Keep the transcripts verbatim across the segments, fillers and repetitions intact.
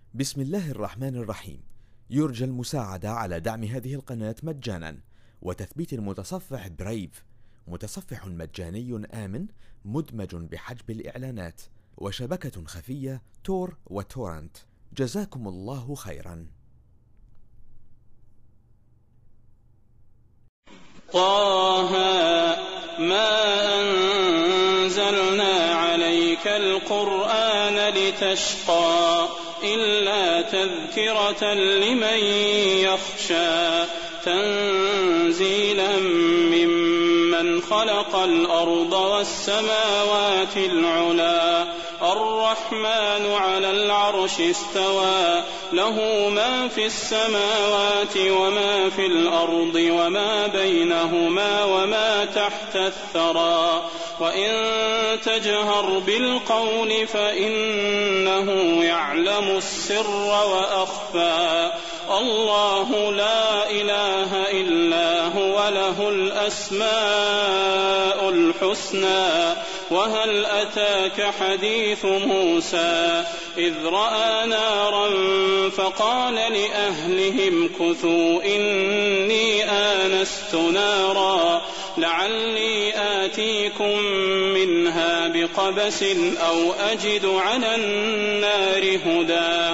بسم الله الرحمن الرحيم. يرجى المساعدة على دعم هذه القناة مجانا وتثبيت المتصفح برايف، متصفح مجاني آمن مدمج بحجب الإعلانات، وشبكة خفية تور وتورنت. جزاكم الله خيرا. طه ما أنزلنا عليك القرآن لتشقى إلا تذكرة لمن يخشى تنزيلا ممن خلق الأرض والسماوات العلى الرحمن على العرش استوى له ما في السماوات وما في الأرض وما بينهما وما تحت الثرى وإن تجهر بالقول فإنه يعلم السر وأخفى الله لا إله إلا هو له الأسماء الحسنى وهل أتاك حديث موسى إذ رأى نارا فقال لأهلهم كثوا إني آنست نارا لعلي آتيكم منها بقبس أو أجد على النار هدى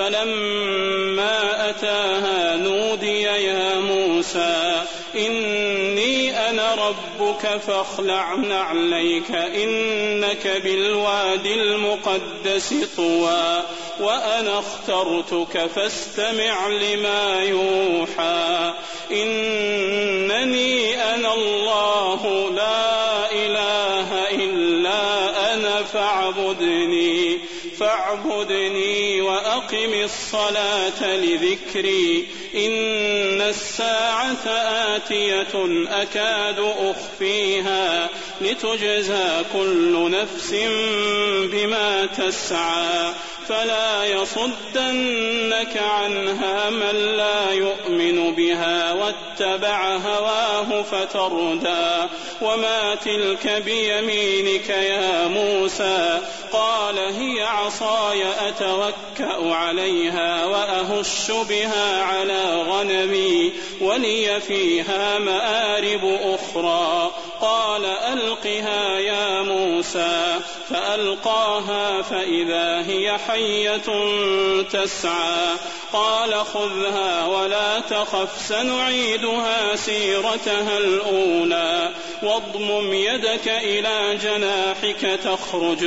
فلما أتاها نودي يا موسى إني أنا ربك فاخلع نعليك إنك بالوادي المقدس طوى وأنا اخترتك فاستمع لما يوحى إنني أنا الله لا إله إلا أنا فاعبدني فاعبدني وأقم الصلاة لذكري إن الساعة آتية أكاد أخفيها لتجزى كل نفس بما تسعى فلا يصدنك عنها من لا يؤمن بها واتبع هواه فتردى وما تلك بيمينك يا موسى قال هي عصاي أتوكأ عليها وأهش بها على غنمي ولي فيها مآرب أخرى قال ألقها يا موسى فألقاها فإذا هي حية تسعى قال خذها ولا تخف سنعيدها سيرتها الأولى واضمم يدك إلى جناحك تخرج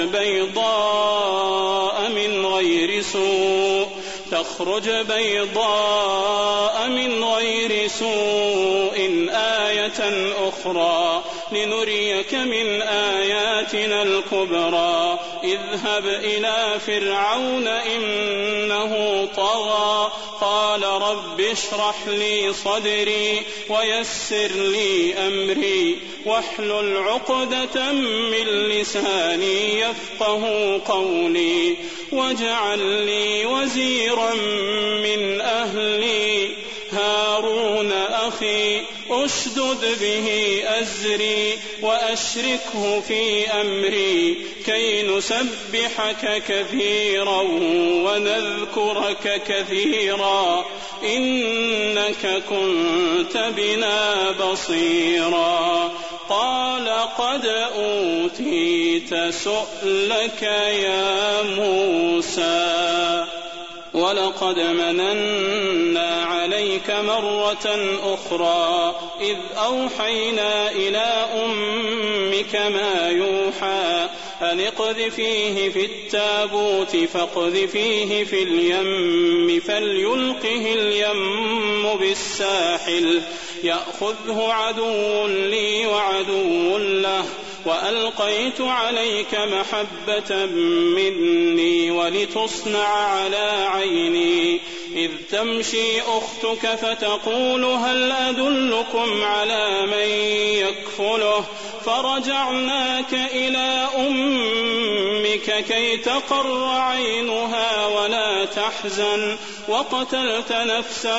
بيضاء من غير سوء تخرج بيضاء من غير سوء آية أخرى لنريك من آياتنا الكبرى اذهب إلى فرعون إنه طغى قال رب اشرح لي صدري ويسر لي أمري واحلل عقدة من لساني يفقه قولي واجعل لي وزيرا من أهلي هارون أخي أشدد به أزري وأشركه في أمري كي نسبحك كثيرا ونذكرك كثيرا إنك كنت بنا بصيرا قال قد أوتيت سؤلك يا موسى ولقد مننا عليك مرة أخرى إذ أوحينا إلى أمك ما يوحى أن اقذفيه في التابوت فاقذفيه في اليم فليلقه اليم بالساحل يأخذه عدو لي وعدو له وألقيت عليك محبة مني ولتصنع على عيني إذ تمشي أختك فتقول هل أدلكم على من يكفله فرجعناك إلى أمك كي تقر عينها ولا تحزن وقتلت نفسا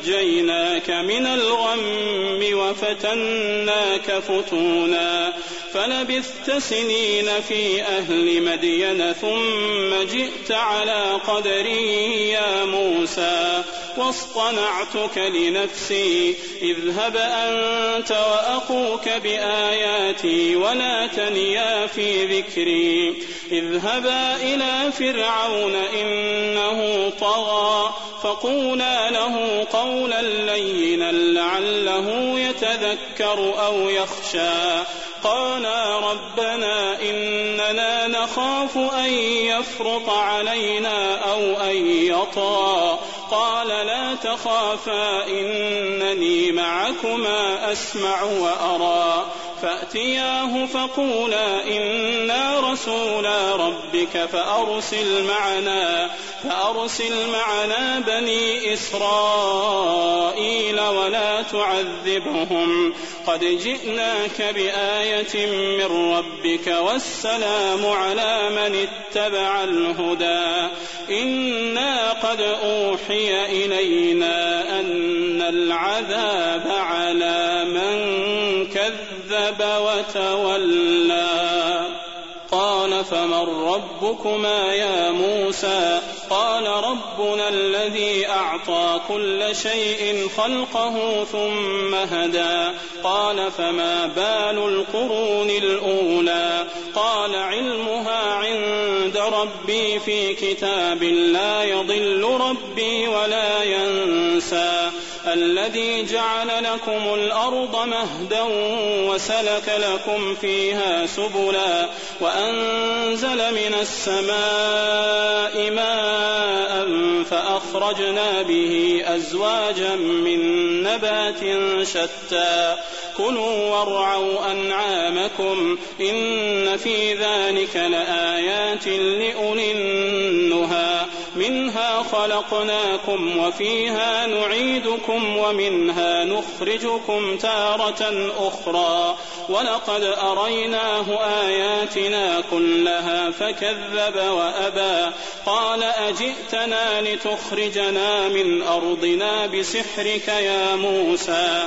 فنجيناك من الغم وفتناك فتونا فلبثت سنين في أهل مدين ثم جئت على قدري يا موسى واصطنعتك لنفسي اذهب أنت وأخوك بآياتي ولا تنيا في ذكري اذهبا إلى فرعون إنه طغى فقولا له قولا لينا لعله يتذكر أو يخشى قالا ربنا إننا نخاف أن يفرط علينا أو أن يطغى قال لا تخافا إنني معكما أسمع وأرى فأتياه فقولا إنا رسولا ربك فأرسل معنا فأرسل معنا بني إسرائيل ولا تعذبهم قد جئناك بآية من ربك والسلام على من اتبع الهدى إنا قد أوحي إلينا أن العذاب على من كذب وتولى قال فمن ربكما يا موسى قال ربنا الذي أعطى كل شيء خلقه ثم هدى قال فما بال القرون الأولى قال علمها عند ربي في كتاب لا يضل ربي ولا ينسى الذي جعل لكم الأرض مهدا وسلك لكم فيها سبلا وأنزل من السماء ماء فأخرجنا به أزواجا من نبات شتى كلوا وارعوا أنعامكم إن في ذلك لآيات لأولي النهى منها خلقناكم وفيها نعيدكم ومنها نخرجكم تارة أخرى ولقد أريناه آياتنا كلها فكذب وأبى قال أجئتنا لتخرجنا من أرضنا بسحرك يا موسى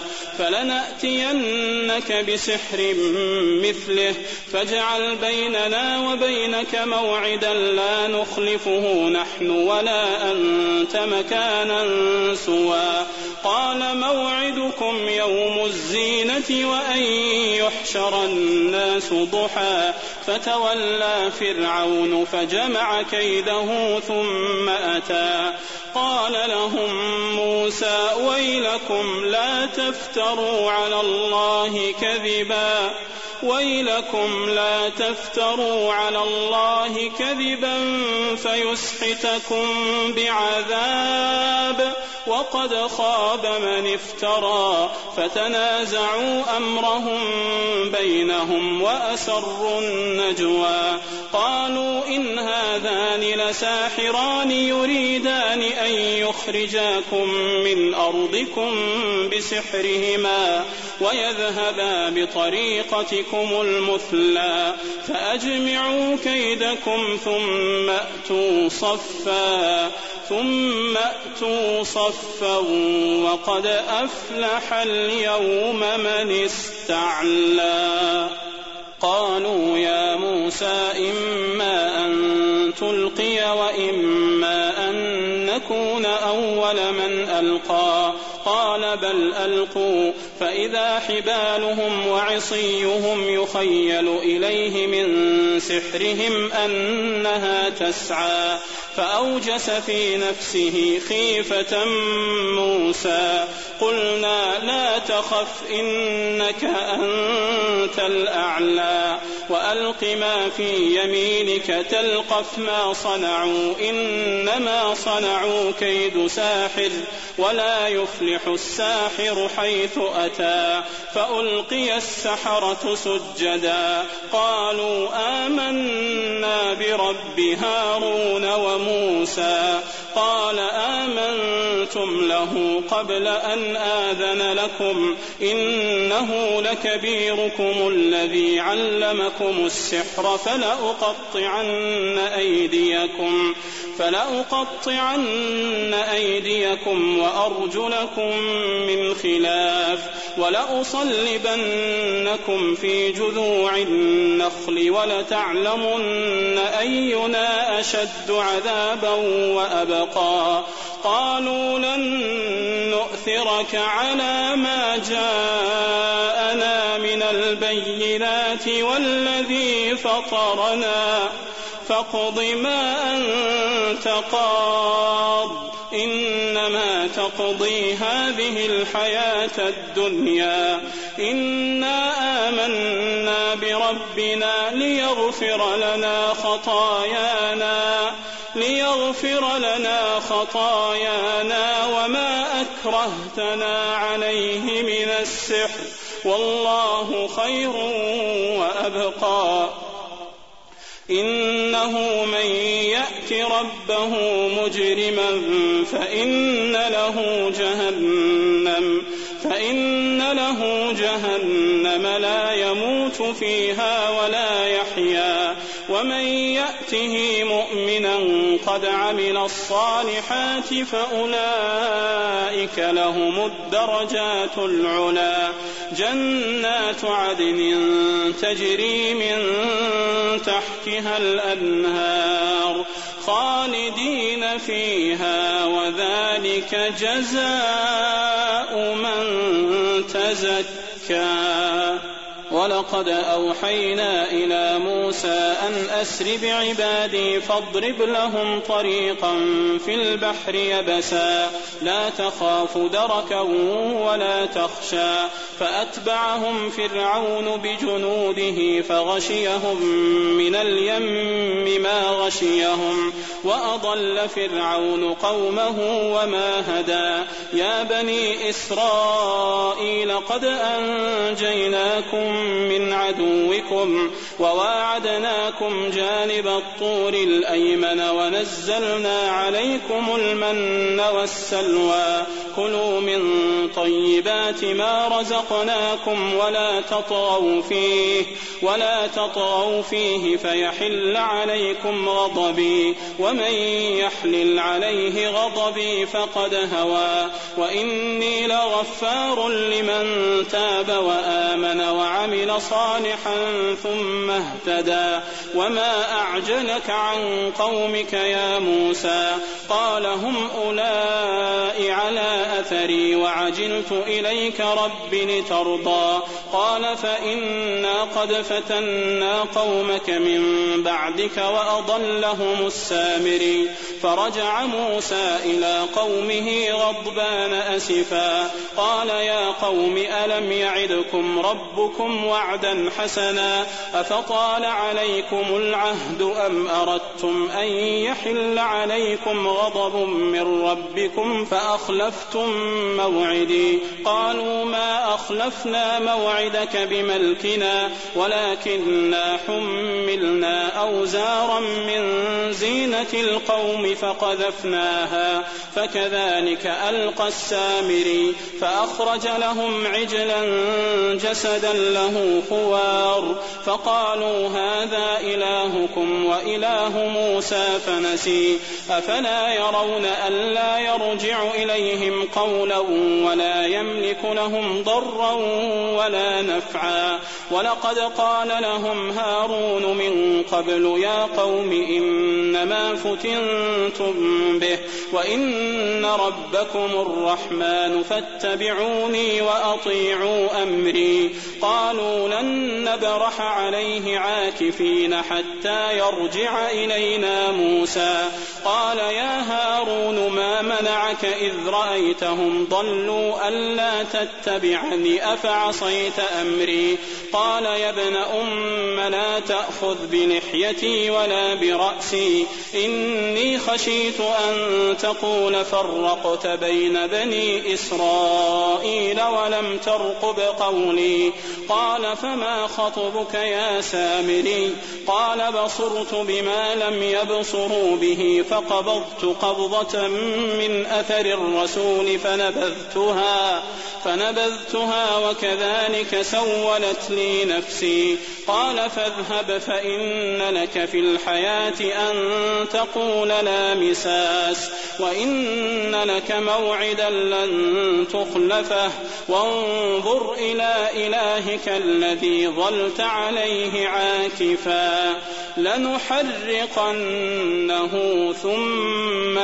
فلنأتينك بسحر مثله فاجعل بيننا وبينك موعدا لا نخلفه نحن ولا أنت مكانا سوى قال موعدكم يوم الزينة وأن يحشر الناس ضحى فتولى فرعون فجمع كيده ثم أتى قال لهم موسى ويلكم لا تفتروا على الله كذبا ويلكم لا تفتروا على الله كذبا فيسحتكم بعذاب وقد خاب من افترى فتنازعوا أمرهم بينهم وأسروا النجوى قالوا إن هذان لساحران يريدان أن يخرجاكم من أرضكم بسحرهما ويذهبا بطريقتكم المثلى فأجمعوا كيدكم ثم أتوا صفا ثم أتوا صفا وقد أفلح اليوم من استعلى قالوا يا موسى إما أن تلقي وإما أن نكون أول من ألقى قال بل ألقوا فإذا حبالهم وعصيهم يخيل إليه من سحرهم أنها تسعى فأوجس في نفسه خيفة موسى قلنا لا تخف إنك أنت الأعلى وألق ما في يمينك تلقف ما صنعوا إنما صنعوا كيد ساحر ولا يفلح الساحر حيث أتى فألقي السحرة سجدا قالوا آمنا برب هارون وموسى قال آمنتم له قبل أن آذن لكم إنه لكبيركم الذي علمكم السحر فلأقطعن أيديكم فلأقطعن أيديكم وأرجلكم من خلاف ولأصلبنكم في جذوع النخل ولتعلمن أينا أشد عذابا وأبقى قالوا لن نؤثرك على ما جاءنا من البينات والذي فطرنا فاقض ما أنت قاض إنما تقضي هذه الحياة الدنيا إنا آمنا بربنا ليغفر لنا خطايانا ليغفر لنا خطايانا وما أكرهتنا عليه من السحر والله خير وأبقى إنه من يأت ربه مجرما فإن له جهنم فإن له جهنم لا يموت فيها ولا يحيا ومن يأته مؤمنا قد عمل الصالحات فأولئك لهم الدرجات العلى جنات عدن تجري من تحتها الأنهار خالدين فيها وذلك جزاء من تزكى ولقد أوحينا إلى موسى أن أسر بعبادي فاضرب لهم طريقا في البحر يبسا لا تخاف دركا ولا تخشى فأتبعهم فرعون بجنوده فغشيهم من اليم ما غشيهم وأضل فرعون قومه وما هدى يا بني إسرائيل قد أنجيناكم من عدوكم وواعدناكم جانب الطور الأيمن ونزلنا عليكم المن والسلوى كلوا من طيبات ما رزقناكم ولا تطغوا فيه ولا تطغوا فيه فيحل عليكم غضبي ومن يحلل عليه غضبي فقد هوى وإني لغفار لمن تاب وآمن وعمل صالحا ثم اهتدى وما أعجلك عن قومك يا موسى قال هم أولئك على أثري وعجلت إليك رب لترضى قال فإنا قد فتنا قومك من بعدك وأضلهم السامري فرجع موسى إلى قومه غضبان أسفا قال يا قوم ألم يعدكم ربكم وعدا حسنا أفطال عليكم العهد أم أردتم أن يحل عليكم غضب من ربكم فأخلفتم موعدي قالوا ما أخلفنا موعدك بملكنا ولكننا حملنا أوزارا من زينة القوم فقذفناها فكذلك ألقى السامري فأخرج لهم عجلا جسدا له خوار فقالوا هذا إلهكم وإله موسى فنسي أفلا يرون ألا يرجع إليهم قولا ولا يملك لهم ضرا ولا نفعا ولقد قال لهم هارون من قبل يا قوم إنما فتنتم به وإن ربكم الرحمن فاتبعوني وأطيعوا أمري قالوا لن نبرح عليه عاكفين حتى يرجع إلينا موسى قال يا هارون ما منعك إذ رأيتهم ضلوا ألا تتبعني أفعصيت أمري قال يا ابن أم لا تأخذ بلحيتي ولا برأسي إني خشيت أن تقول فرقت بين بني إسرائيل ولم ترقب قولي قال فما خطبك يا سامري قال بصرت بما لم يبصروا به فقبضت قبضة من من أثر الرسول فنبذتها فنبذتها وكذلك سولت لي نفسي. قال فاذهب فإن لك في الحياة أن تقول لا مساس وإن لك موعدا لن تخلفه وانظر إلى إلهك الذي ظلت عليه عاكفا لنحرقنه ثم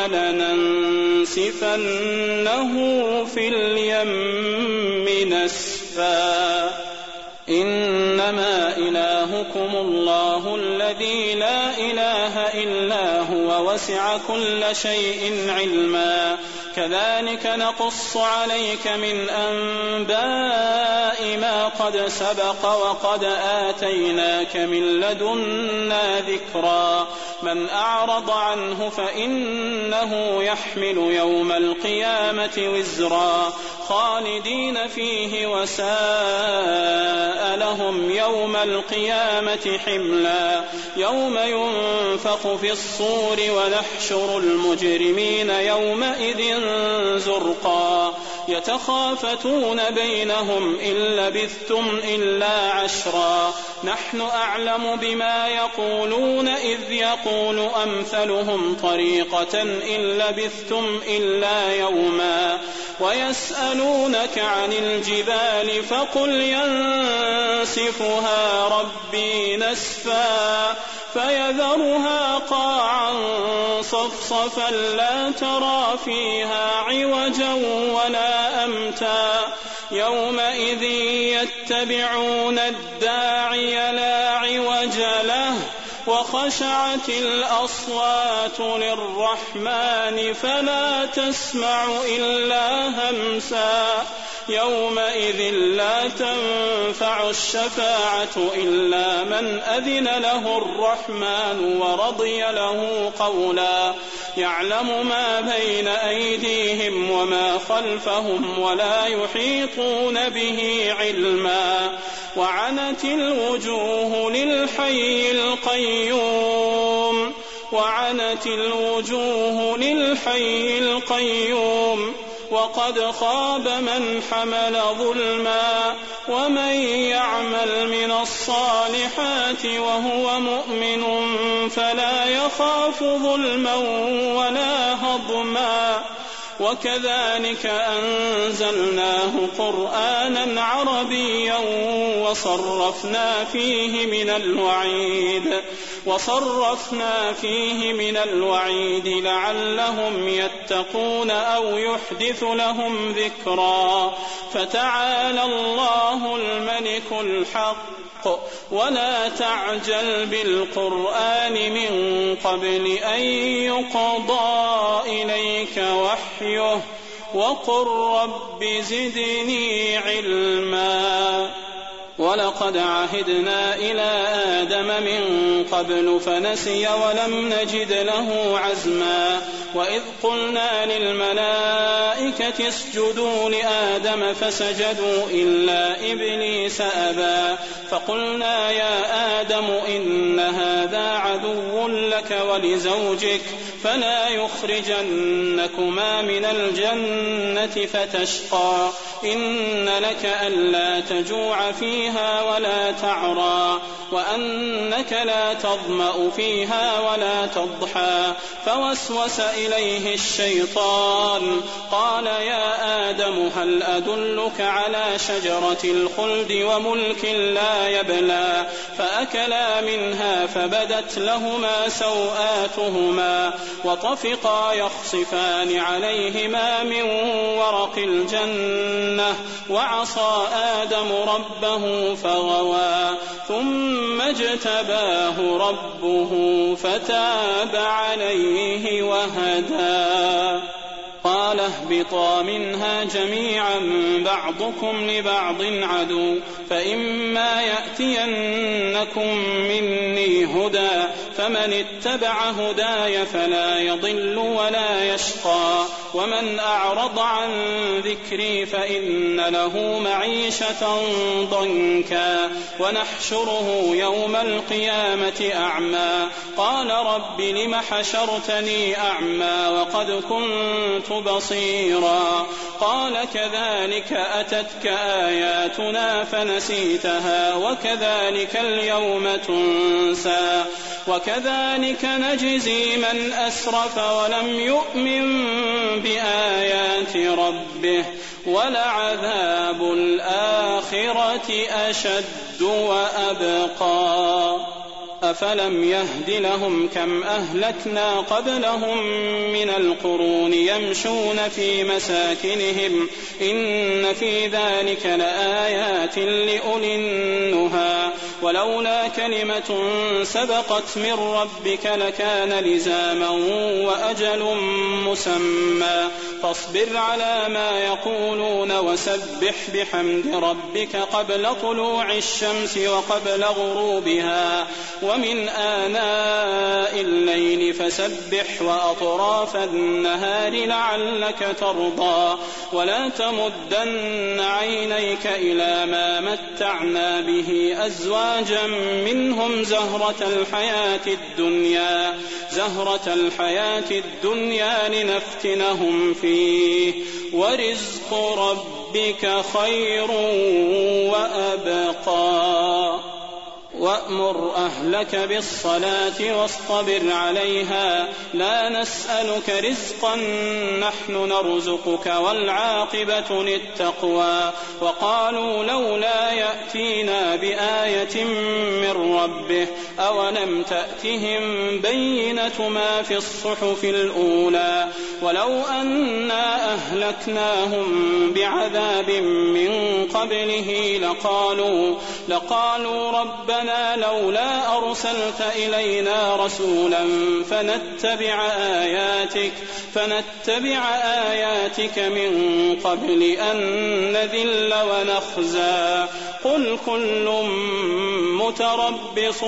لننسفنه في اليم نسفا إنما إلهكم الله الذي لا إله إلا هو وسع كل شيء علما كذلك نقص عليك من أنباء ما قد سبق وقد آتيناك من لدنا ذكرا من أعرض عنه فإنه يحمل يوم القيامة وزرا خالدين فيه وساء لهم يوم القيامة حملا يوم ينفخ في الصور ونحشر المجرمين يومئذ زرقا يتخافتون بينهم إن لبثتم إلا عشرا نحن أعلم بما يقولون إذ يقول أمثلهم طريقة إن لبثتم إلا يوما ويسألونك عن الجبال فقل ينسفها ربي نسفا فيذرها قاعا صفصفا لا ترى فيها عوجا ولا أمتا يومئذ يتبعون الداعي لا عوج له وخشعت الأصوات للرحمن فلا تسمع إلا همسا يومئذ لا تنفع الشفاعة إلا من أذن له الرحمن ورضي له قولا يعلم ما بين أيديهم وما خلفهم ولا يحيطون به علما وعنت الوجوه للحي القيوم وعنت الوجوه للحي القيوم وقد خاب من حمل ظلما ومن يعمل من الصالحات وهو مؤمن فلا يخاف ظلما ولا هضما وكذلك أنزلناه قرآنا عربيا وصرفنا فيه من الوعيد وصرفنا فيه من الوعيد لعلهم يتقون أو يحدث لهم ذكرا فتعالى الله الملك الحق ولا تعجل بالقرآن من قبل أن يقضى إليك وحيه وقل رب زدني علما ولقد عهدنا إلى آدم من قبل فنسي ولم نجد له عزما وإذ قلنا للملائكة اسجدوا لآدم فسجدوا إلا إبليس أبى فقلنا يا آدم إن هذا عدو لك ولزوجك فلا يخرجنكما من الجنة فتشقى إن لك ألا تجوع فيها ولا تعرى وأنك لا تظمأ فيها ولا تضحى فوسوس إليه الشيطان قال يا آدم هل أدلك على شجرة الخلد وملك لا يبلى فأكلا منها فبدت لهما سوآتهما وطفقا يخصفان عليهما من ورق الجنة وعصى آدم ربه فغوى ثم اجتباه ربه فتاب عليه وهدى قال اهبطا منها جميعا بعضكم لبعض عدو فإما يأتينكم مني هدى فمن اتبع هداي فلا يضل ولا يشقى ومن أعرض عن ذكري فإن له معيشة ضنكا ونحشره يوم القيامة أعمى قال رب لم حشرتني أعمى وقد كنت بصيرا قال كذلك أتتك آياتنا فنسيتها وكذلك اليوم تنسى وكذلك نجزي من أسرف ولم يؤمن بآيات ربه ولعذاب الآخرة أشد وأبقى أفلم يهد لهم كم أهلكنا قبلهم من القرون يمشون في مساكنهم إن في ذلك لآيات لأولي النهى ولولا كلمة سبقت من ربك لكان لزاما وأجل مسمى فاصبر على ما يقولون وسبح بحمد ربك قبل طلوع الشمس وقبل غروبها ومن آناء الليل فسبح وأطراف النهار لعلك ترضى ولا تمدن عينيك إلى ما متعنا به أزواجا منهم زهرة الحياة الدنيا زهرة الحياة الدنيا لنفتنهم فيه ورزق ربك خير وأبقى وأمر أهلك بالصلاة واصطبر عليها لا نسألك رزقا نحن نرزقك والعاقبة للتقوى وقالوا لولا يأتينا بآية من ربه أولم تأتهم بينة ما في الصحف الأولى ولو أنا أهلكناهم بعذاب من قبله لقالوا لقالوا ربنا لولا أرسلت إلينا رسولا فنتبع آياتك فنتبع آياتك من قبل أن نذل ونخزى قل كل متربص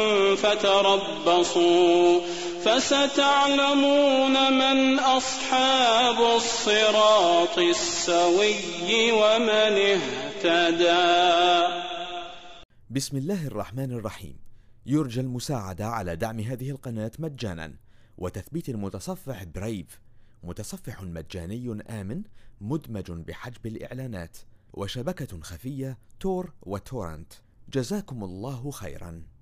فتربصوا فستعلمون من أصحاب الصراط السوي ومن اهتدى. بسم الله الرحمن الرحيم. يرجى المساعدة على دعم هذه القناة مجانا وتثبيت المتصفح برايف، متصفح مجاني آمن مدمج بحجب الإعلانات، وشبكة خفية تور وتورنت. جزاكم الله خيرا.